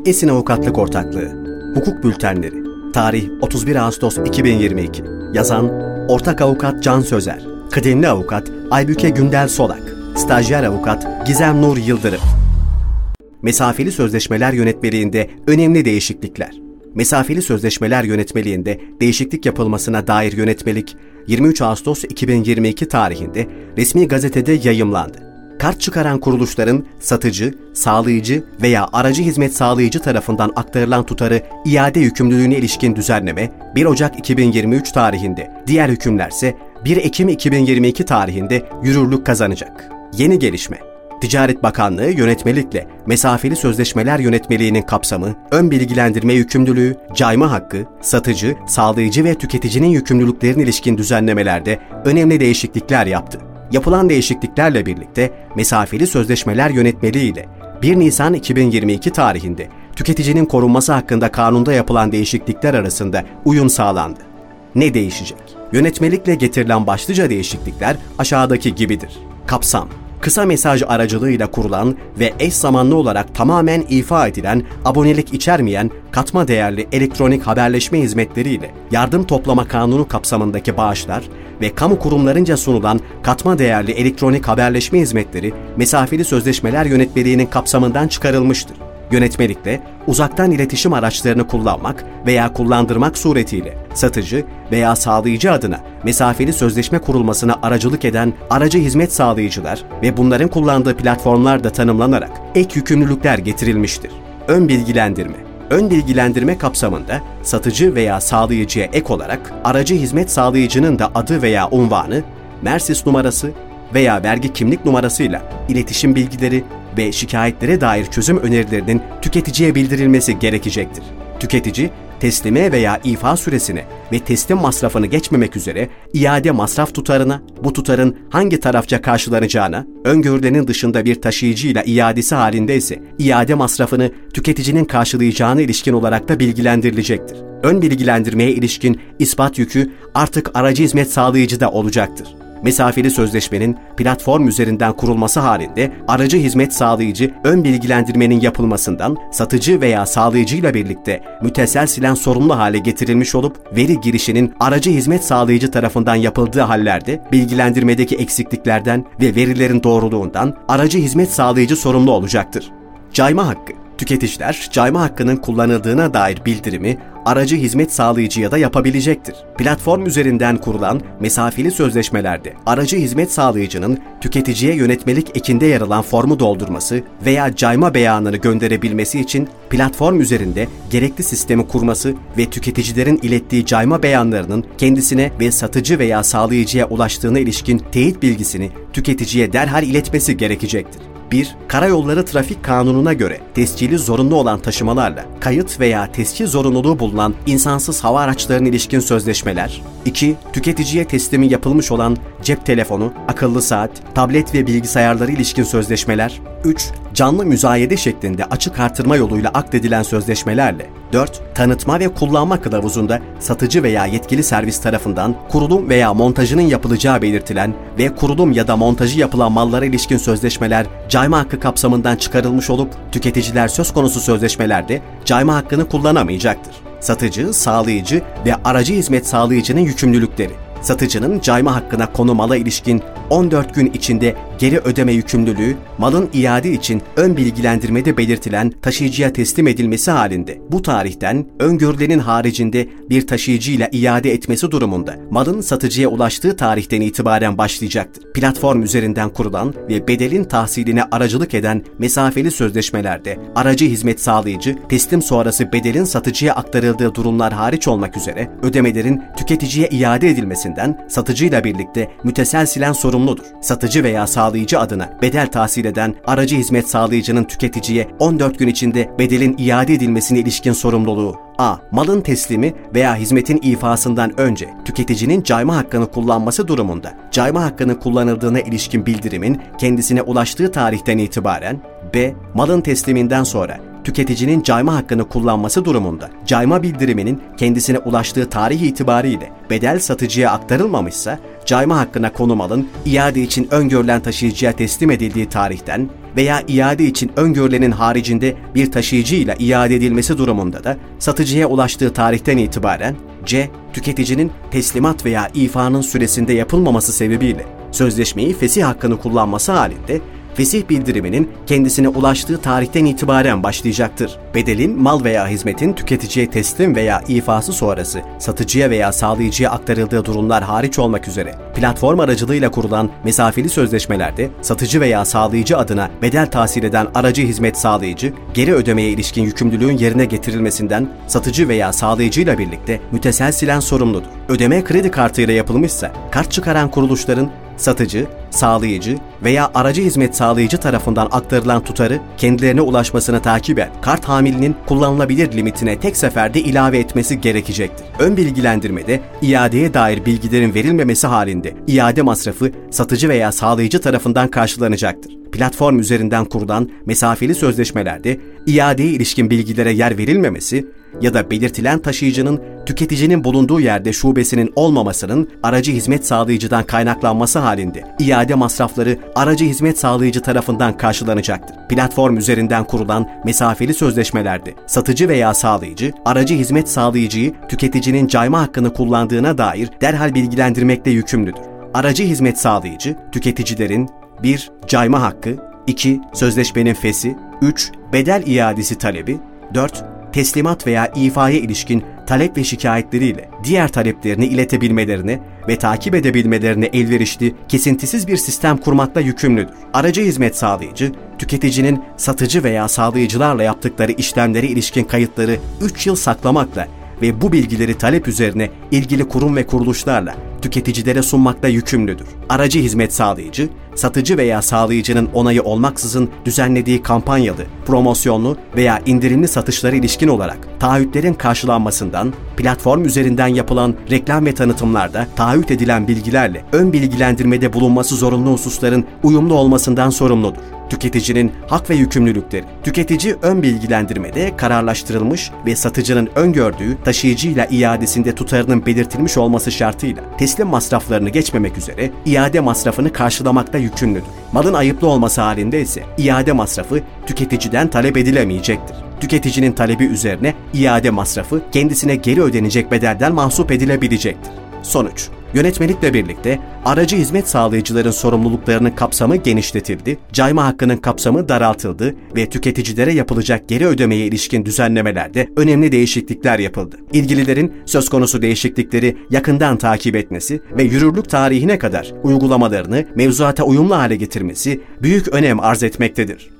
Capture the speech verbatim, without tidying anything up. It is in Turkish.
Esin Avukatlık Ortaklığı. Hukuk Bültenleri. Tarih otuz bir Ağustos iki bin yirmi iki. Yazan Ortak Avukat Can Sözer. Kıdemli Avukat Aybüke Gündel Solak. Stajyer Avukat Gizem Nur Yıldırım. Mesafeli Sözleşmeler Yönetmeliğinde önemli değişiklikler. Mesafeli Sözleşmeler Yönetmeliğinde değişiklik yapılmasına dair yönetmelik yirmi üç Ağustos iki bin yirmi iki tarihinde resmi gazetede yayımlandı. Kart çıkaran kuruluşların satıcı, sağlayıcı veya aracı hizmet sağlayıcı tarafından aktarılan tutarı iade yükümlülüğüne ilişkin düzenleme bir Ocak iki bin yirmi üç tarihinde, diğer hükümlerse bir Ekim iki bin yirmi iki tarihinde yürürlük kazanacak. Yeni gelişme. Ticaret Bakanlığı yönetmelikle mesafeli sözleşmeler yönetmeliğinin kapsamı, ön bilgilendirme yükümlülüğü, cayma hakkı, satıcı, sağlayıcı ve tüketicinin yükümlülüklerine ilişkin düzenlemelerde önemli değişiklikler yaptı. Yapılan değişikliklerle birlikte mesafeli sözleşmeler yönetmeliği ile bir Nisan iki bin yirmi iki tarihinde tüketicinin korunması hakkında kanunda yapılan değişiklikler arasında uyum sağlandı. Ne değişecek? Yönetmelikle getirilen başlıca değişiklikler aşağıdaki gibidir. Kapsam: kısa mesaj aracılığıyla kurulan ve eş zamanlı olarak tamamen ifa edilen, abonelik içermeyen, katma değerli elektronik haberleşme hizmetleriyle yardım toplama kanunu kapsamındaki bağışlar ve kamu kurumlarınca sunulan katma değerli elektronik haberleşme hizmetleri mesafeli sözleşmeler yönetmeliğinin kapsamından çıkarılmıştır. Yönetmelikle uzaktan iletişim araçlarını kullanmak veya kullandırmak suretiyle satıcı veya sağlayıcı adına mesafeli sözleşme kurulmasına aracılık eden aracı hizmet sağlayıcılar ve bunların kullandığı platformlar da tanımlanarak ek yükümlülükler getirilmiştir. Ön bilgilendirme. Ön bilgilendirme kapsamında satıcı veya sağlayıcıya ek olarak aracı hizmet sağlayıcının da adı veya unvanı, Mersis numarası veya vergi kimlik numarasıyla iletişim bilgileri ve şikayetlere dair çözüm önerilerinin tüketiciye bildirilmesi gerekecektir. Tüketici, teslime veya ifa süresine ve teslim masrafını geçmemek üzere iade masraf tutarına, bu tutarın hangi tarafça karşılanacağına, öngörülenin dışında bir taşıyıcıyla iadesi halinde ise iade masrafını tüketicinin karşılayacağına ilişkin olarak da bilgilendirilecektir. Ön bilgilendirmeye ilişkin ispat yükü artık aracı hizmet sağlayıcıda olacaktır. Mesafeli sözleşmenin platform üzerinden kurulması halinde aracı hizmet sağlayıcı ön bilgilendirmenin yapılmasından satıcı veya sağlayıcıyla birlikte müteselsilen sorumlu hale getirilmiş olup veri girişinin aracı hizmet sağlayıcı tarafından yapıldığı hallerde bilgilendirmedeki eksikliklerden ve verilerin doğruluğundan aracı hizmet sağlayıcı sorumlu olacaktır. Cayma hakkı. Tüketiciler, cayma hakkının kullanıldığına dair bildirimi aracı hizmet sağlayıcıya da yapabilecektir. Platform üzerinden kurulan mesafeli sözleşmelerde aracı hizmet sağlayıcının tüketiciye yönetmelik ekinde yer alan formu doldurması veya cayma beyanını gönderebilmesi için platform üzerinde gerekli sistemi kurması ve tüketicilerin ilettiği cayma beyanlarının kendisine ve satıcı veya sağlayıcıya ulaştığına ilişkin teyit bilgisini tüketiciye derhal iletmesi gerekecektir. bir Karayolları Trafik Kanunu'na göre tescili zorunlu olan taşımalarla kayıt veya tescil zorunluluğu bulunan insansız hava araçlarına ilişkin sözleşmeler. iki Tüketiciye teslimi yapılmış olan cep telefonu, akıllı saat, tablet ve bilgisayarları ilişkin sözleşmeler. üç Canlı müzayede şeklinde açık artırma yoluyla akdedilen sözleşmelerle. dört Tanıtma ve kullanma kılavuzunda satıcı veya yetkili servis tarafından kurulum veya montajının yapılacağı belirtilen ve kurulum ya da montajı yapılan mallara ilişkin sözleşmeler cayma hakkı kapsamından çıkarılmış olup tüketiciler söz konusu sözleşmelerde cayma hakkını kullanamayacaktır. Satıcı, sağlayıcı ve aracı hizmet sağlayıcının yükümlülükleri. Satıcının cayma hakkına konu mala ilişkin on dört gün içinde geri ödeme yükümlülüğü, malın iade için ön bilgilendirmede belirtilen taşıyıcıya teslim edilmesi halinde bu tarihten öngörülenin haricinde bir taşıyıcıyla iade etmesi durumunda malın satıcıya ulaştığı tarihten itibaren başlayacaktır. Platform üzerinden kurulan ve bedelin tahsiline aracılık eden mesafeli sözleşmelerde aracı hizmet sağlayıcı, teslim sonrası bedelin satıcıya aktarıldığı durumlar hariç olmak üzere ödemelerin tüketiciye iade edilmesinden satıcıyla birlikte müteselsilen sorumludur. Satıcı veya sağlayıcı adına bedel tahsil eden aracı hizmet sağlayıcının tüketiciye on dört gün içinde bedelin iade edilmesine ilişkin sorumluluğu: A. Malın teslimi veya hizmetin ifasından önce tüketicinin cayma hakkını kullanması durumunda cayma hakkının kullanıldığına ilişkin bildirimin kendisine ulaştığı tarihten itibaren. B. Malın tesliminden sonra tüketicinin cayma hakkını kullanması durumunda cayma bildiriminin kendisine ulaştığı tarih itibariyle bedel satıcıya aktarılmamışsa cayma hakkına konu malın iade için öngörülen taşıyıcıya teslim edildiği tarihten veya iade için öngörülenin haricinde bir taşıyıcıyla iade edilmesi durumunda da satıcıya ulaştığı tarihten itibaren C. Tüketicinin teslimat veya ifanın süresinde yapılmaması sebebiyle sözleşmeyi fesih hakkını kullanması halinde fesih bildiriminin kendisine ulaştığı tarihten itibaren başlayacaktır. Bedelin, mal veya hizmetin tüketiciye teslim veya ifası sonrası satıcıya veya sağlayıcıya aktarıldığı durumlar hariç olmak üzere platform aracılığıyla kurulan mesafeli sözleşmelerde satıcı veya sağlayıcı adına bedel tahsil eden aracı hizmet sağlayıcı, geri ödemeye ilişkin yükümlülüğün yerine getirilmesinden satıcı veya sağlayıcıyla birlikte müteselsilen sorumludur. Ödeme kredi kartıyla yapılmışsa, kart çıkaran kuruluşların satıcı, sağlayıcı veya aracı hizmet sağlayıcı tarafından aktarılan tutarı kendilerine ulaşmasını takiben kart hamilinin kullanılabilir limitine tek seferde ilave etmesi gerekecektir. Ön bilgilendirmede iadeye dair bilgilerin verilmemesi halinde iade masrafı satıcı veya sağlayıcı tarafından karşılanacaktır. Platform üzerinden kurulan mesafeli sözleşmelerde iadeye ilişkin bilgilere yer verilmemesi ya da belirtilen taşıyıcının tüketicinin bulunduğu yerde şubesinin olmamasının aracı hizmet sağlayıcıdan kaynaklanması halinde iade masrafları aracı hizmet sağlayıcı tarafından karşılanacaktır. Platform üzerinden kurulan mesafeli sözleşmelerde satıcı veya sağlayıcı, aracı hizmet sağlayıcıyı tüketicinin cayma hakkını kullandığına dair derhal bilgilendirmekle yükümlüdür. Aracı hizmet sağlayıcı, tüketicilerin bir Cayma hakkı, iki Sözleşmenin feshi, üç Bedel iadesi talebi, dört Teslimat veya ifaya ilişkin talep ve şikayetleriyle diğer taleplerini iletebilmelerine ve takip edebilmelerine elverişli, kesintisiz bir sistem kurmakla yükümlüdür. Aracı hizmet sağlayıcı, tüketicinin satıcı veya sağlayıcılarla yaptıkları işlemlere ilişkin kayıtları üç yıl saklamakla ve bu bilgileri talep üzerine ilgili kurum ve kuruluşlarla tüketicilere sunmakla yükümlüdür. Aracı hizmet sağlayıcı, satıcı veya sağlayıcının onayı olmaksızın düzenlediği kampanyalı, promosyonlu veya indirimli satışlara ilişkin olarak taahhütlerin karşılanmasından, platform üzerinden yapılan reklam ve tanıtımlarda taahhüt edilen bilgilerle ön bilgilendirmede bulunması zorunlu hususların uyumlu olmasından sorumludur. Tüketicinin hak ve yükümlülükleri. Tüketici ön bilgilendirmede kararlaştırılmış ve satıcının öngördüğü taşıyıcıyla iadesinde tutarının belirtilmiş olması şartıyla teslim masraflarını geçmemek üzere iade masrafını karşılamakta yükümlüdür. Malın ayıplı olması halinde ise iade masrafı tüketiciden talep edilemeyecektir. Tüketicinin talebi üzerine iade masrafı kendisine geri ödenecek bedelden mahsup edilebilecektir. Sonuç: yönetmelikle birlikte aracı hizmet sağlayıcıların sorumluluklarının kapsamı genişletildi, cayma hakkının kapsamı daraltıldı ve tüketicilere yapılacak geri ödemeye ilişkin düzenlemelerde önemli değişiklikler yapıldı. İlgililerin söz konusu değişiklikleri yakından takip etmesi ve yürürlük tarihine kadar uygulamalarını mevzuata uyumlu hale getirmesi büyük önem arz etmektedir.